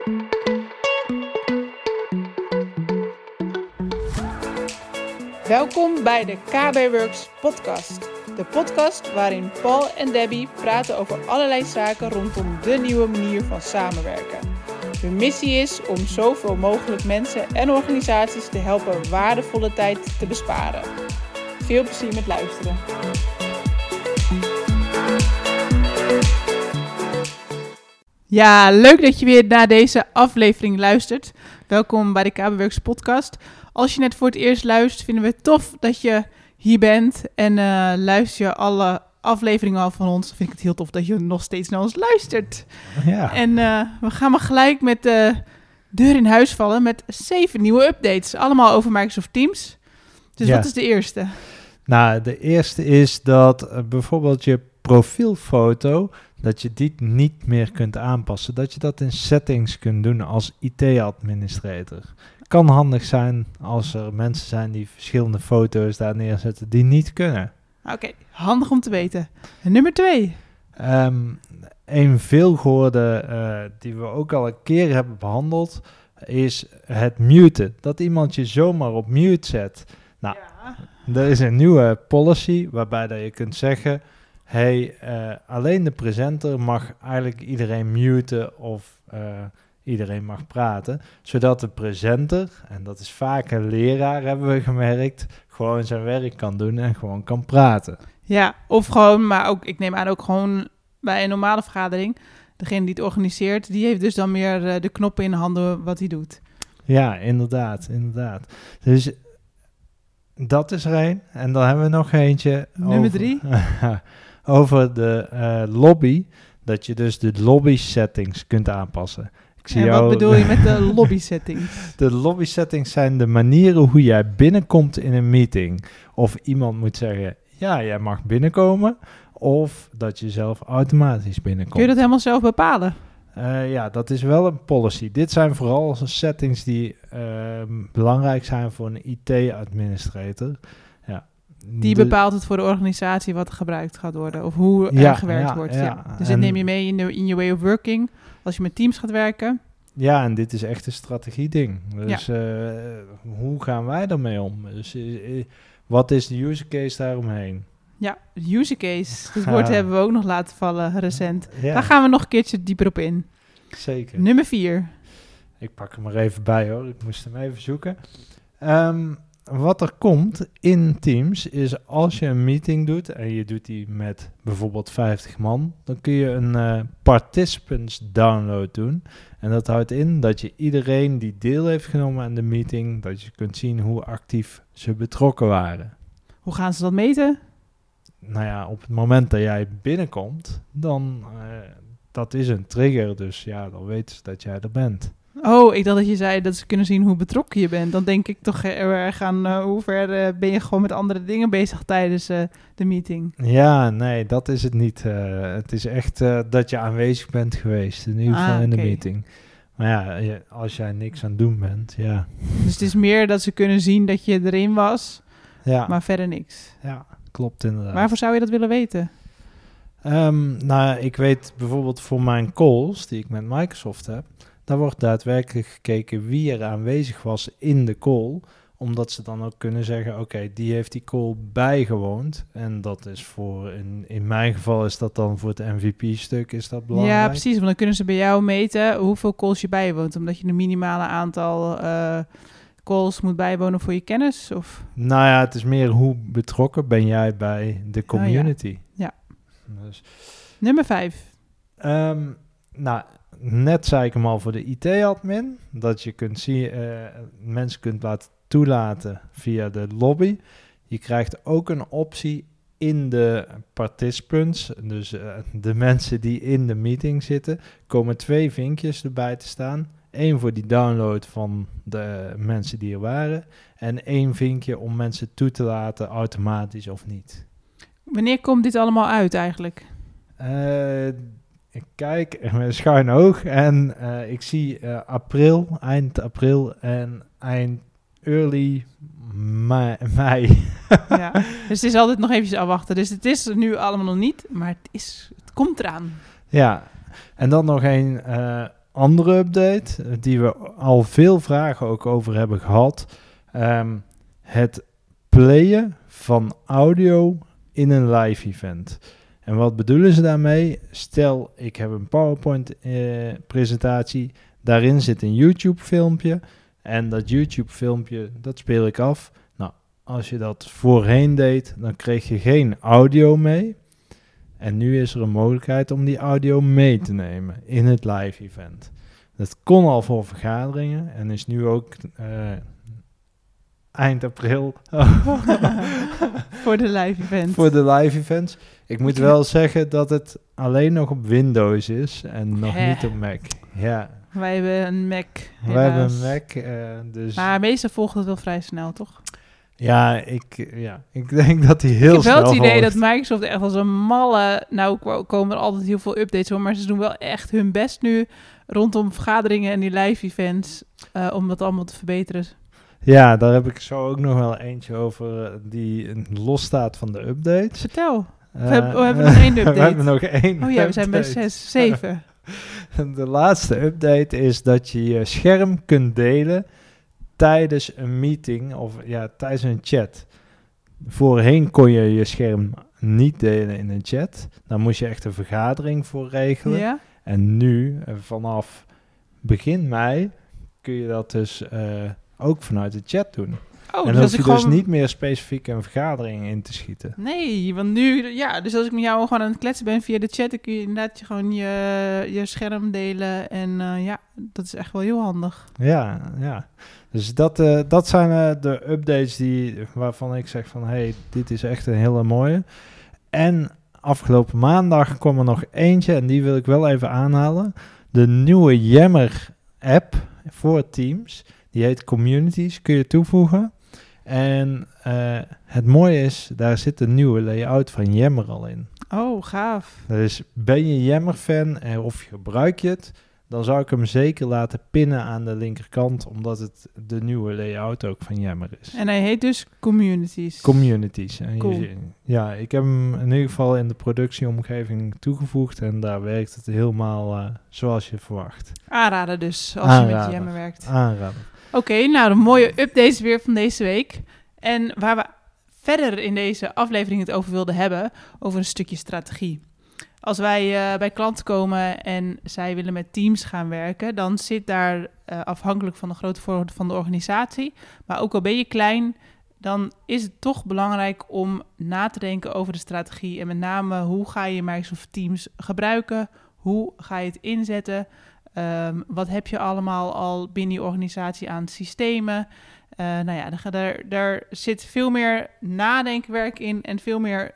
Welkom bij de KB Works podcast. De podcast waarin Paul en Debbie praten over allerlei zaken rondom de nieuwe manier van samenwerken. Hun missie is om zoveel mogelijk mensen en organisaties te helpen waardevolle tijd te besparen. Veel plezier met luisteren. Ja, leuk dat je weer naar deze aflevering luistert. Welkom bij de KB Works podcast. Als je net voor het eerst luistert, vinden we het tof dat je hier bent. En luister je alle afleveringen al van ons, dan vind ik het heel tof dat je nog steeds naar ons luistert. Ja. En we gaan maar gelijk met de deur in huis vallen met 7 nieuwe updates. Allemaal over Microsoft Teams. Dus Ja. wat is de eerste? Nou, de eerste is dat bijvoorbeeld je profielfoto, dat je die niet meer kunt aanpassen. Dat je dat in settings kunt doen als IT-administrator. Kan handig zijn als er mensen zijn die verschillende foto's daar neerzetten die niet kunnen. Oké, handig om te weten. En nummer 2. Een veelgehoorde die we ook al een keer hebben behandeld, is het muten. Dat iemand je zomaar op mute zet. Nou, er is een nieuwe policy waarbij dat je kunt zeggen, hey, alleen de presenter mag eigenlijk iedereen muten of iedereen mag praten, zodat de presenter, en dat is vaak een leraar hebben we gemerkt, gewoon zijn werk kan doen en gewoon kan praten. Ja, of gewoon, maar ook, ik neem aan ook gewoon bij een normale vergadering, degene die het organiseert, die heeft dus dan meer de knoppen in de handen wat hij doet. Ja, inderdaad. Dus dat is er een. En dan hebben we nog eentje. Nummer 3. Over de lobby. Dat je dus de lobby settings kunt aanpassen. En wat bedoel je met de lobby settings? De lobby settings zijn de manieren hoe jij binnenkomt in een meeting. Of iemand moet zeggen, ja, jij mag binnenkomen. Of dat je zelf automatisch binnenkomt. Kun je dat helemaal zelf bepalen? Ja, dat is wel een policy. Dit zijn vooral settings die belangrijk zijn voor een IT-administrator. Ja. Die bepaalt het voor de organisatie wat er gebruikt gaat worden of hoe er gewerkt wordt. Ja. Dus dit neem je mee in je way of working als je met teams gaat werken. Ja, en dit is echt een strategie-ding. Dus hoe gaan wij daarmee om? Dus wat is de use case daaromheen? Ja, use case. Dat woord hebben we ook nog laten vallen recent. Ja. Daar gaan we nog een keertje dieper op in. Zeker. Nummer 4. Ik pak hem er even bij hoor. Ik moest hem even zoeken. Wat er komt in Teams is als je een meeting doet en je doet die met bijvoorbeeld 50 man, dan kun je een participants download doen. En dat houdt in dat je iedereen die deel heeft genomen aan de meeting, dat je kunt zien hoe actief ze betrokken waren. Hoe gaan ze dat meten? Nou ja, op het moment dat jij binnenkomt, dan dat is een trigger. Dus ja, dan weten ze dat jij er bent. Oh, ik dacht dat je zei dat ze kunnen zien hoe betrokken je bent. Dan denk ik toch erg aan hoe ver ben je gewoon met andere dingen bezig tijdens de meeting. Ja, nee, dat is het niet. Het is echt dat je aanwezig bent geweest, in ieder geval in de meeting. Maar ja, als jij niks aan het doen bent, ja. Dus het is meer dat ze kunnen zien dat je erin was, Ja. maar verder niks. Ja, klopt inderdaad. Waarvoor zou je dat willen weten? Nou, ik weet bijvoorbeeld voor mijn calls die ik met Microsoft heb, daar wordt daadwerkelijk gekeken wie er aanwezig was in de call, omdat ze dan ook kunnen zeggen, oké, die heeft die call bijgewoond. En dat is in mijn geval is dat dan voor het MVP-stuk, is dat belangrijk. Ja, precies, want dan kunnen ze bij jou meten hoeveel calls je bijwoont, omdat je een minimale aantal calls moet bijwonen voor je kennis? Of? Nou ja, het is meer hoe betrokken ben jij bij de community. Ja. Dus, Nummer 5. Nou, net zei ik hem al voor de IT-admin, dat je kunt zien, mensen kunt toelaten via de lobby. Je krijgt ook een optie in de participants, dus de mensen die in de meeting zitten, komen 2 vinkjes erbij te staan. 1 voor die download van de mensen die er waren en 1 vinkje om mensen toe te laten, automatisch of niet. Wanneer komt dit allemaal uit eigenlijk? Ik kijk met een schuin oog en ik zie eind april en eind early mei. Ja, dus het is altijd nog eventjes afwachten. Dus het is er nu allemaal nog niet, maar het komt eraan. Ja, en dan nog een andere update, die we al veel vragen ook over hebben gehad. Het playen van audio in een live event. En wat bedoelen ze daarmee? Stel, ik heb een PowerPoint presentatie. Daarin zit een YouTube filmpje. En dat YouTube filmpje, dat speel ik af. Nou, als je dat voorheen deed, dan kreeg je geen audio mee. En nu is er een mogelijkheid om die audio mee te nemen in het live event. Dat kon al voor vergaderingen en is nu ook eind april. Voor de live event. Voor de live events. Ik moet wel zeggen dat het alleen nog op Windows is en nog niet op Mac. Ja. Wij hebben een Mac. Wij hebben een Mac. Dus maar meestal volgt het wel vrij snel, toch? Ja, ik denk dat hij heel snel volgt. Ik heb wel het idee dat Microsoft echt als een malle... Nou komen er altijd heel veel updates hoor, maar ze doen wel echt hun best nu rondom vergaderingen en die live events om dat allemaal te verbeteren. Ja, daar heb ik zo ook nog wel eentje over die losstaat van de updates. Vertel. We hebben nog één update. We hebben nog één Oh ja, we zijn bij 7. De laatste update is dat je je scherm kunt delen tijdens een meeting of tijdens een chat. Voorheen kon je je scherm niet delen in een chat. Daar moest je echt een vergadering voor regelen. Ja? En nu, vanaf begin mei, kun je dat dus ook vanuit de chat doen. Oh, en dan hoef je dus niet meer specifiek een vergadering in te schieten. Nee, want nu... Ja, dus als ik met jou gewoon aan het kletsen ben via de chat... dan kun je inderdaad gewoon je scherm delen. En dat is echt wel heel handig. Ja. Dus dat zijn de updates waarvan ik zeg van... hey, dit is echt een hele mooie. En afgelopen maandag kwam er nog eentje... en die wil ik wel even aanhalen. De nieuwe Yammer-app voor Teams... Die heet Communities, kun je toevoegen. En het mooie is, daar zit een nieuwe layout van Yammer al in. Oh, gaaf. Dus ben je Yammer-fan of gebruik je het, dan zou ik hem zeker laten pinnen aan de linkerkant, omdat het de nieuwe layout ook van Yammer is. En hij heet dus Communities. Communities. En cool. Ik heb hem in ieder geval in de productieomgeving toegevoegd en daar werkt het helemaal zoals je verwacht. Aanraden dus, als je met Yammer werkt. Aanraden. Oké, nou de mooie updates weer van deze week. En waar we verder in deze aflevering het over wilden hebben, over een stukje strategie. Als wij bij klanten komen en zij willen met teams gaan werken, dan zit daar afhankelijk van de grootte van de organisatie, maar ook al ben je klein, dan is het toch belangrijk om na te denken over de strategie. En met name, hoe ga je Microsoft Teams gebruiken? Hoe ga je het inzetten? Wat heb je allemaal al binnen je organisatie aan systemen? Daar zit veel meer nadenkenwerk in en veel meer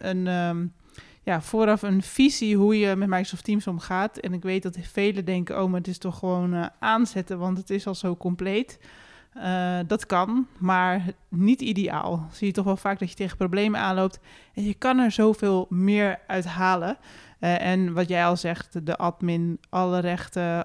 vooraf een visie hoe je met Microsoft Teams omgaat. En ik weet dat velen denken, maar het is toch gewoon aanzetten, want het is al zo compleet. Dat kan, maar niet ideaal. Zie je toch wel vaak dat je tegen problemen aanloopt en je kan er zoveel meer uit halen. En wat jij al zegt, de admin, alle rechten,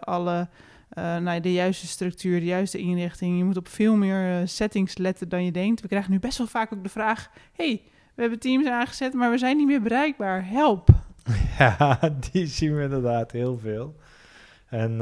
de juiste structuur, de juiste inrichting. Je moet op veel meer settings letten dan je denkt. We krijgen nu best wel vaak ook de vraag, hey, we hebben Teams aangezet, maar we zijn niet meer bereikbaar. Help! Ja, die zien we inderdaad heel veel. En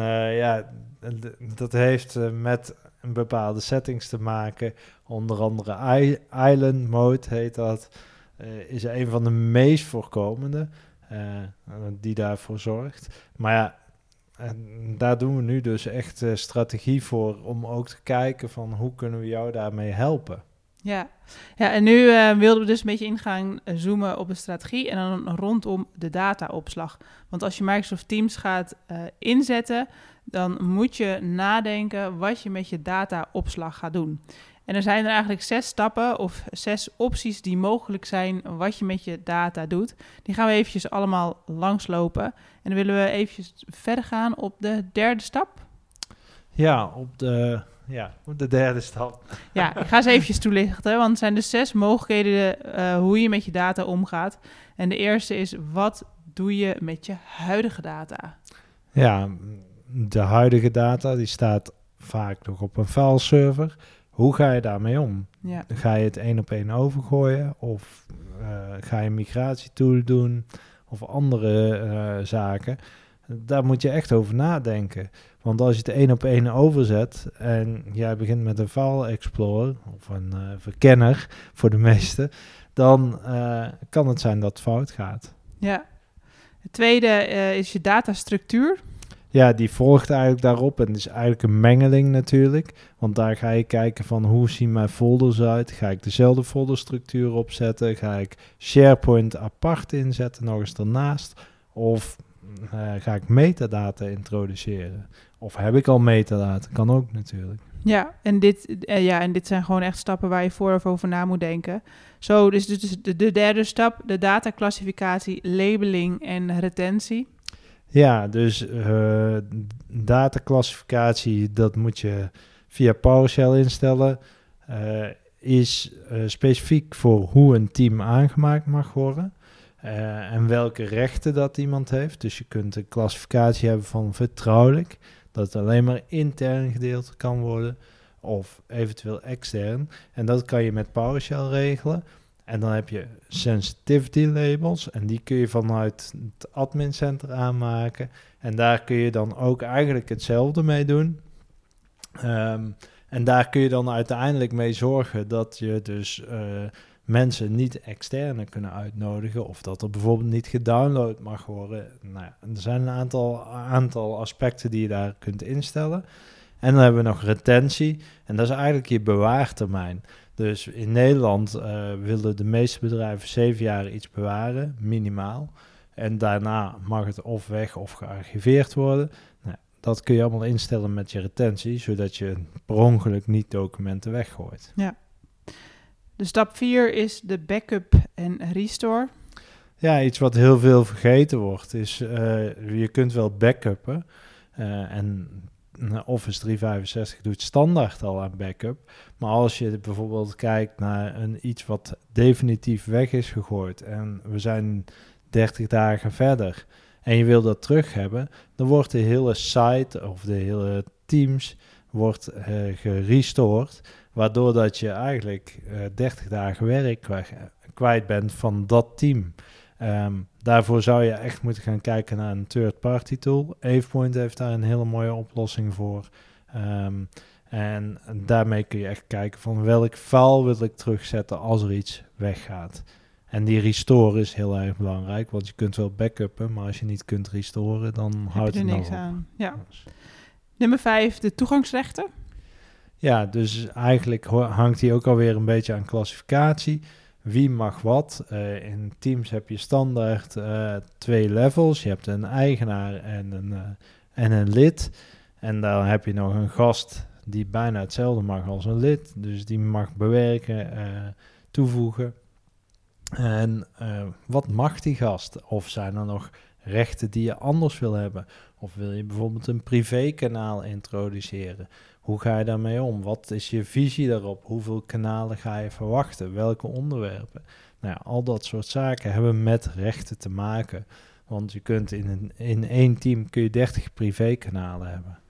dat heeft met een bepaalde settings te maken. Onder andere Island Mode heet dat. Is een van de meest voorkomende die daarvoor zorgt. Maar ja, daar doen we nu dus echt strategie voor om ook te kijken van hoe kunnen we jou daarmee helpen. Ja, en nu wilden we dus een beetje ingaan zoomen op de strategie en dan rondom de dataopslag. Want als je Microsoft Teams gaat inzetten, dan moet je nadenken wat je met je dataopslag gaat doen. En er zijn er eigenlijk 6 stappen of 6 opties die mogelijk zijn wat je met je data doet. Die gaan we eventjes allemaal langslopen. En dan willen we eventjes verder gaan op de 3e stap. Ja, op de 3e stap. Ja, ik ga ze eventjes toelichten, want het zijn dus 6 mogelijkheden hoe je met je data omgaat. En de eerste is, wat doe je met je huidige data? Ja, de huidige data die staat vaak nog op een fileserver. Hoe ga je daarmee om? Ja. Ga je het 1-op-1 overgooien? Of ga je een migratietool doen? Of andere zaken? Daar moet je echt over nadenken. Want als je het 1 op 1 overzet en jij begint met een file explorer of een verkenner voor de meesten, dan kan het zijn dat het fout gaat. Ja. Het tweede is je datastructuur. Ja, die volgt eigenlijk daarop en het is eigenlijk een mengeling natuurlijk. Want daar ga je kijken van hoe zien mijn folders uit? Ga ik dezelfde folderstructuur opzetten? Ga ik SharePoint apart inzetten nog eens ernaast? Of ga ik metadata introduceren? Of heb ik al metadata? Kan ook natuurlijk. Ja, en dit zijn gewoon echt stappen waar je voor of over na moet denken. Zo, dus de derde stap, de dataclassificatie, labeling en retentie. Ja, dus dataclassificatie, dat moet je via PowerShell instellen. Is specifiek voor hoe een team aangemaakt mag worden. En welke rechten dat iemand heeft. Dus je kunt een klassificatie hebben van vertrouwelijk. Dat het alleen maar intern gedeeld kan worden. Of eventueel extern. En dat kan je met PowerShell regelen. En dan heb je sensitivity labels. En die kun je vanuit het admin center aanmaken. En daar kun je dan ook eigenlijk hetzelfde mee doen. En daar kun je dan uiteindelijk mee zorgen dat je dus mensen niet externe kunnen uitnodigen. Of dat er bijvoorbeeld niet gedownload mag worden. Nou ja, er zijn een aantal aspecten die je daar kunt instellen. En dan hebben we nog retentie. En dat is eigenlijk je bewaartermijn. Dus in Nederland willen de meeste bedrijven 7 jaar iets bewaren, minimaal. En daarna mag het of weg of gearchiveerd worden. Nou, dat kun je allemaal instellen met je retentie, zodat je per ongeluk niet documenten weggooit. Ja. De stap 4 is de backup en restore. Ja, iets wat heel veel vergeten wordt is, je kunt wel backuppen. En Office 365 doet standaard al aan backup. Maar als je bijvoorbeeld kijkt naar iets wat definitief weg is gegooid en we zijn 30 dagen verder en je wil dat terug hebben, dan wordt de hele site of de hele Teams wordt gerestored, waardoor dat je eigenlijk 30 dagen werk kwijt bent van dat team. Daarvoor zou je echt moeten gaan kijken naar een third-party tool. AvePoint heeft daar een hele mooie oplossing voor. En daarmee kun je echt kijken van welk file wil ik terugzetten als er iets weggaat. En die restore is heel erg belangrijk, want je kunt wel backuppen, maar als je niet kunt restoren, dan houdt het niks op. aan. Ja. Nummer 5, de toegangsrechten. Ja, dus eigenlijk hangt die ook alweer een beetje aan klassificatie. Wie mag wat? In Teams heb je standaard 2 levels. Je hebt een eigenaar en een lid. En dan heb je nog een gast die bijna hetzelfde mag als een lid. Dus die mag bewerken, toevoegen. En wat mag die gast? Of zijn er nog rechten die je anders wil hebben? Of wil je bijvoorbeeld een privékanaal introduceren? Hoe ga je daarmee om? Wat is je visie daarop? Hoeveel kanalen ga je verwachten? Welke onderwerpen? Nou ja, al dat soort zaken hebben met rechten te maken. Want je kunt in één team kun je 30 privékanalen hebben.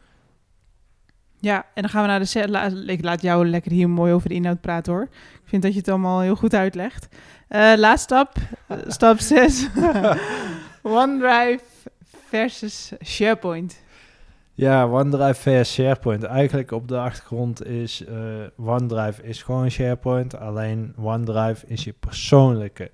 Ja, en dan gaan we naar ik laat jou lekker hier mooi over de inhoud praten hoor. Ik vind dat je het allemaal heel goed uitlegt. Laatste stap, stap 6. OneDrive versus SharePoint. Ja, OneDrive versus SharePoint. Eigenlijk op de achtergrond is OneDrive is gewoon SharePoint. Alleen OneDrive is je persoonlijke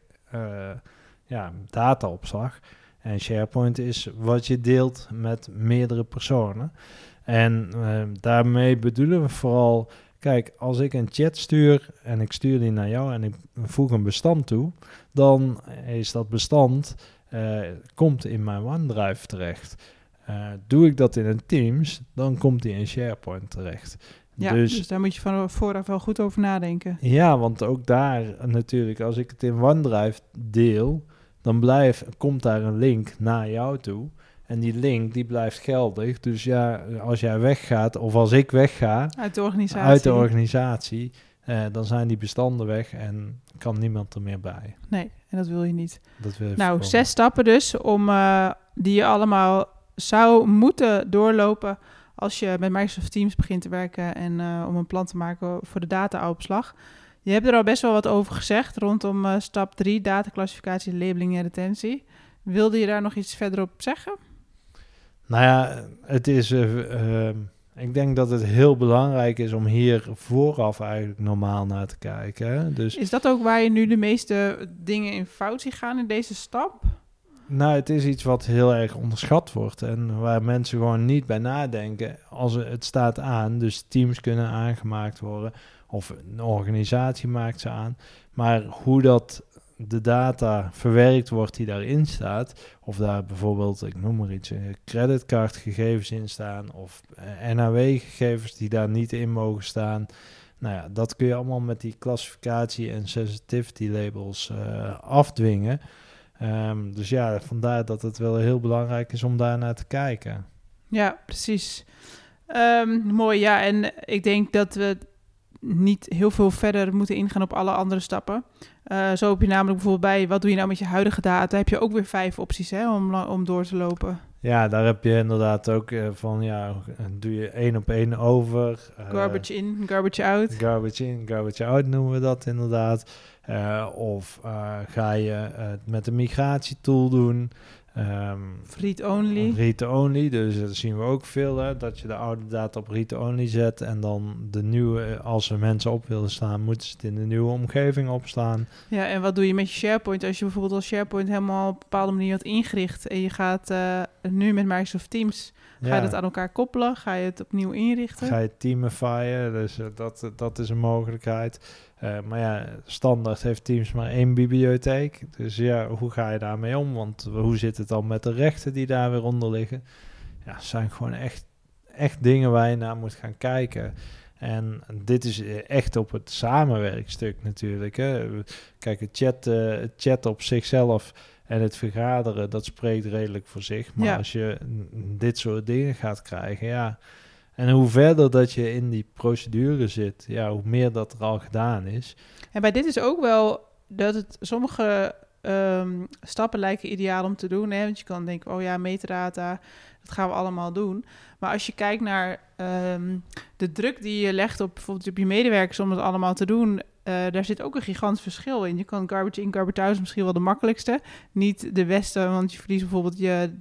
dataopslag. En SharePoint is wat je deelt met meerdere personen. En daarmee bedoelen we vooral, kijk, als ik een chat stuur en ik stuur die naar jou en ik voeg een bestand toe, dan is dat bestand, komt in mijn OneDrive terecht. Doe ik dat in een Teams, dan komt die in SharePoint terecht. Ja, dus daar moet je van vooraf wel goed over nadenken. Ja, want ook daar natuurlijk, als ik het in OneDrive deel, dan komt daar een link naar jou toe. En die link die blijft geldig. Dus ja, als jij weggaat of als ik wegga uit de organisatie, dan zijn die bestanden weg en kan niemand er meer bij. Nee, en dat wil je niet. Dat wil je 6 stappen dus die je allemaal zou moeten doorlopen als je met Microsoft Teams begint te werken en om een plan te maken voor de dataopslag. Je hebt er al best wel wat over gezegd rondom stap 3, dataclassificatie, labeling en retentie. Wilde je daar nog iets verder op zeggen? Nou ja, het is... ik denk dat het heel belangrijk is om hier vooraf eigenlijk normaal naar te kijken. Hè? Dus, is dat ook waar je nu de meeste dingen in fout ziet gaan in deze stap? nou, het is iets wat heel erg onderschat wordt en waar mensen gewoon niet bij nadenken. Als het staat aan, dus teams kunnen aangemaakt worden of een organisatie maakt ze aan. Maar hoe dat de data verwerkt wordt die daarin staat, of daar bijvoorbeeld, ik noem maar iets, creditcardgegevens in staan of NAW-gegevens die daar niet in mogen staan. Nou ja, dat kun je allemaal met die klassificatie en sensitivity labels afdwingen. Dus ja, vandaar dat het wel heel belangrijk is om daar naar te kijken. Ja, precies. Mooi, ja. En ik denk dat we niet heel veel verder moeten ingaan op alle andere stappen. Zo heb je namelijk bijvoorbeeld bij, wat doe je nou met je huidige data? Heb je ook weer 5 opties om door te lopen. Ja, daar heb je inderdaad ook van, ja, doe je 1 op 1 over. Garbage in, garbage out. Garbage in, garbage out noemen we dat inderdaad. Of ga je het met een migratietool doen. Read-only. Read-only, dus dat zien we ook veel, hè, dat je de oude data op read-only zet en dan de nieuwe, als er mensen op willen slaan, moeten ze het in de nieuwe omgeving opslaan. Ja, en wat doe je met je SharePoint? Als je bijvoorbeeld als SharePoint helemaal op een bepaalde manier had ingericht en je gaat nu met Microsoft Teams, ga je dat aan elkaar koppelen? Ga je het opnieuw inrichten? Ga je teamifyen, dus dat is een mogelijkheid. Maar ja, standaard heeft Teams maar 1 bibliotheek. Dus ja, hoe ga je daarmee om? Want hoe zit het dan met de rechten die daar weer onder liggen? Ja, het zijn gewoon echt dingen waar je naar moet gaan kijken. En dit is echt op het samenwerkstuk natuurlijk. Hè. Kijk, het chat op zichzelf en het vergaderen, dat spreekt redelijk voor zich. Maar als je dit soort dingen gaat krijgen, ja... En hoe verder dat je in die procedure zit, ja, hoe meer dat er al gedaan is. En bij dit is ook wel dat het sommige stappen lijken ideaal om te doen. Hè? Want je kan denken, oh ja, metadata, dat gaan we allemaal doen. Maar als je kijkt naar de druk die je legt op bijvoorbeeld op je medewerkers om het allemaal te doen, daar zit ook een gigantisch verschil in. Je kan garbage in, garbage out is misschien wel de makkelijkste. Niet de beste, want je verliest bijvoorbeeld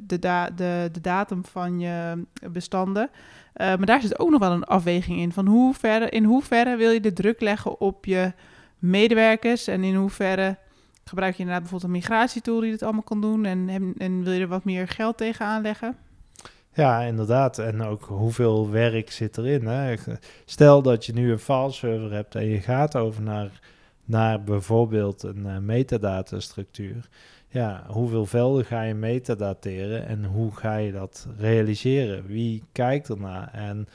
de datum van je bestanden. Maar daar zit ook nog wel een afweging in. Van in hoeverre wil je de druk leggen op je medewerkers? En in hoeverre gebruik je inderdaad bijvoorbeeld een migratietool die dit allemaal kan doen? En wil je er wat meer geld tegenaan leggen? Ja, inderdaad. En ook hoeveel werk zit erin. Hè? Stel dat je nu een fileserver hebt en je gaat over naar bijvoorbeeld een metadatastructuur. Ja, hoeveel velden ga je metadateren en hoe ga je dat realiseren? Wie kijkt ernaar? En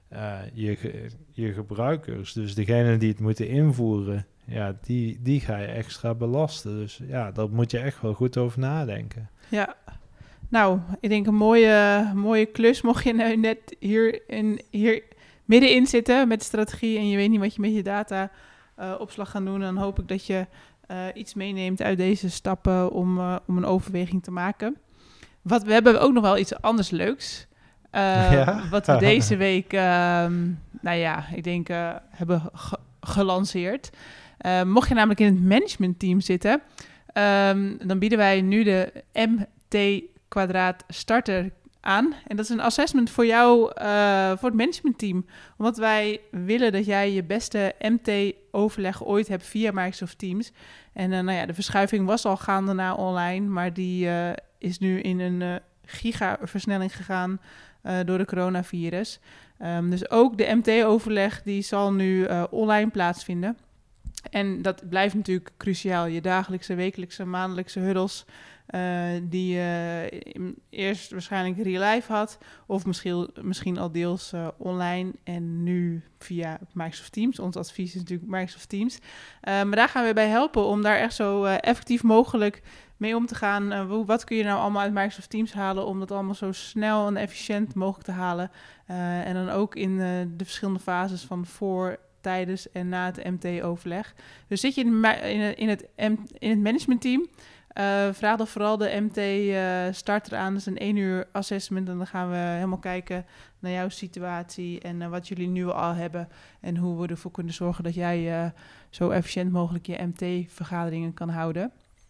je gebruikers, dus degene die het moeten invoeren, ja, die ga je extra belasten. Dus ja, daar moet je echt wel goed over nadenken. Ja, nou, ik denk een mooie klus. Mocht je nou net hier middenin zitten met de strategie en je weet niet wat je met je data opslag gaat doen, dan hoop ik dat je iets meeneemt uit deze stappen om een overweging te maken. We hebben ook nog wel iets anders leuks. Wat we deze week, ik denk hebben gelanceerd. Mocht je namelijk in het managementteam zitten, dan bieden wij nu de MT Kwadraat Starter aan. En dat is een assessment voor jou, voor het managementteam. Omdat wij willen dat jij je beste MT-overleg ooit hebt via Microsoft Teams. En de verschuiving was al gaande naar online, maar die is nu in een gigaversnelling gegaan door de coronavirus. Dus ook de MT-overleg die zal nu online plaatsvinden. En dat blijft natuurlijk cruciaal. Je dagelijkse, wekelijkse, maandelijkse huddles die je eerst waarschijnlijk real life had. Of misschien al deels online en nu via Microsoft Teams. Ons advies is natuurlijk Microsoft Teams. Maar daar gaan we bij helpen om daar echt zo effectief mogelijk mee om te gaan. Wat kun je nou allemaal uit Microsoft Teams halen om dat allemaal zo snel en efficiënt mogelijk te halen. En dan ook in de verschillende fases van voor, tijdens en na het MT-overleg. Dus zit je in het managementteam, vraag dan vooral de MT-starter aan. Dat is een 1 uur assessment en dan gaan we helemaal kijken naar jouw situatie en wat jullie nu al hebben en hoe we ervoor kunnen zorgen dat jij zo efficiënt mogelijk je MT-vergaderingen kan houden.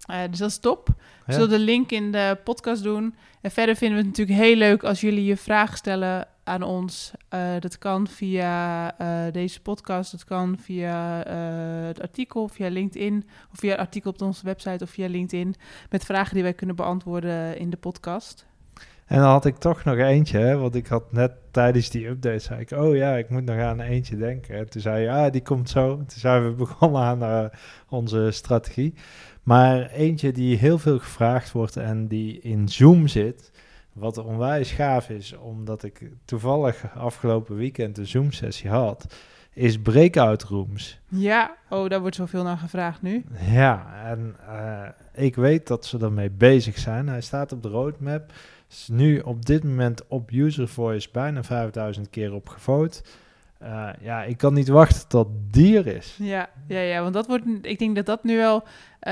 Dus dat is top. We zullen de link in de podcast doen. En verder vinden we het natuurlijk heel leuk als jullie je vragen stellen aan ons. Dat kan via deze podcast, dat kan via het artikel, via LinkedIn, of via het artikel op onze website of via LinkedIn, met vragen die wij kunnen beantwoorden in de podcast. En dan had ik toch nog eentje, hè, want ik had net tijdens die update, zei ik, oh ja, ik moet nog aan eentje denken. En toen zei je, die komt zo. Toen zijn we begonnen aan onze strategie. Maar eentje die heel veel gevraagd wordt en die in Zoom zit, wat onwijs gaaf is, omdat ik toevallig afgelopen weekend een Zoom-sessie had, is breakout rooms. Ja, daar wordt zoveel naar gevraagd nu. Ja, en ik weet dat ze ermee bezig zijn. Hij staat op de roadmap. Is nu op dit moment op User Voice bijna 5000 keer op gevote. Ik kan niet wachten tot die er is. Ja, want dat wordt, ik denk dat nu wel,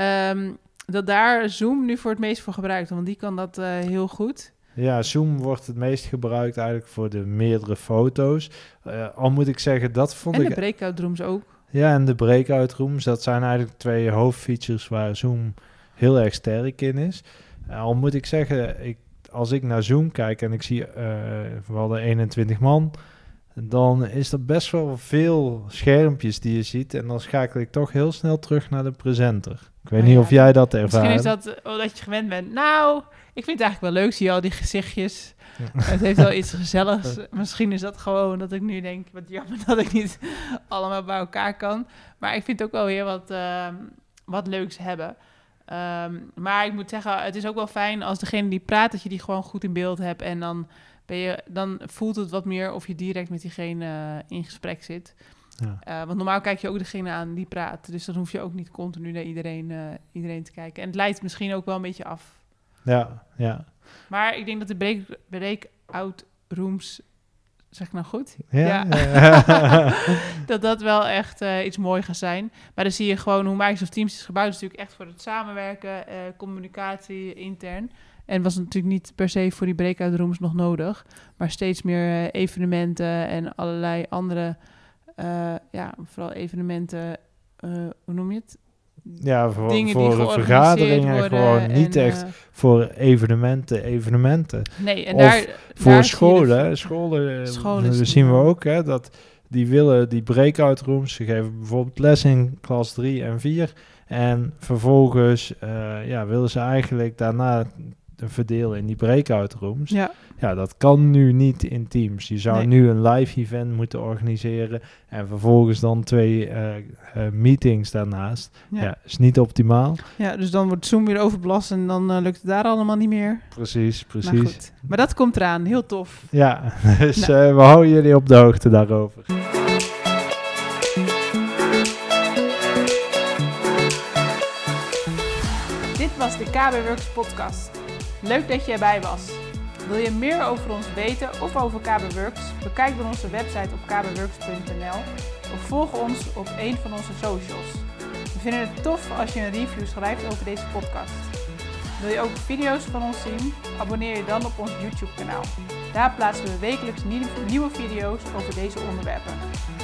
dat daar Zoom nu voor het meest voor gebruikt, want die kan dat heel goed. Ja, Zoom wordt het meest gebruikt eigenlijk voor de meerdere foto's. Al moet ik zeggen, dat vond ik... En de breakout rooms ook. Ja, en de breakout rooms, dat zijn eigenlijk 2 hoofdfeatures waar Zoom heel erg sterk in is. Al moet ik zeggen, als ik naar Zoom kijk en ik zie we hadden 21 man, dan is er best wel veel schermpjes die je ziet. En dan schakel ik toch heel snel terug naar de presenter. Ik weet niet of jij dat ervaart. Misschien is dat dat je gewend bent. Nou, ik vind het eigenlijk wel leuk, zie je al die gezichtjes. Het heeft wel iets gezelligs. Misschien is dat gewoon dat ik nu denk, wat jammer dat ik niet allemaal bij elkaar kan. Maar ik vind het ook wel weer wat leuks hebben. Maar ik moet zeggen, het is ook wel fijn als degene die praat, dat je die gewoon goed in beeld hebt. En dan voelt het wat meer of je direct met diegene in gesprek zit. Ja. Want normaal kijk je ook degene aan die praat. Dus dan hoef je ook niet continu naar iedereen te kijken. En het leidt misschien ook wel een beetje af. Ja. Maar ik denk dat de breakout rooms, zeg ik nou goed? Ja. dat wel echt iets moois gaat zijn. Maar dan zie je gewoon hoe Microsoft Teams is gebouwd. Het is natuurlijk echt voor het samenwerken, communicatie intern. En was natuurlijk niet per se voor die breakout rooms nog nodig. Maar steeds meer evenementen en allerlei andere... vooral evenementen, hoe noem je het? Ja, voor vergaderingen gewoon niet echt voor evenementen. Nee, en of voor scholen. Scholen zien we ook, hè, dat die willen die breakout rooms. Ze geven bijvoorbeeld les in klas 3 en 4. En vervolgens willen ze eigenlijk daarna verdelen in die breakout rooms. Ja, dat kan nu niet in Teams. Je zou nu een live event moeten organiseren en vervolgens dan 2 meetings daarnaast. Ja, is niet optimaal. Ja, dus dan wordt Zoom weer overbelast en dan lukt het daar allemaal niet meer. Precies. Maar dat komt eraan, heel tof. Ja, dus we houden jullie op de hoogte daarover. Dit was de KB Works podcast. Leuk dat je erbij was. Wil je meer over ons weten of over KB Works? Bekijk dan onze website op kbworks.nl of volg ons op een van onze socials. We vinden het tof als je een review schrijft over deze podcast. Wil je ook video's van ons zien? Abonneer je dan op ons YouTube kanaal. Daar plaatsen we wekelijks nieuwe video's over deze onderwerpen.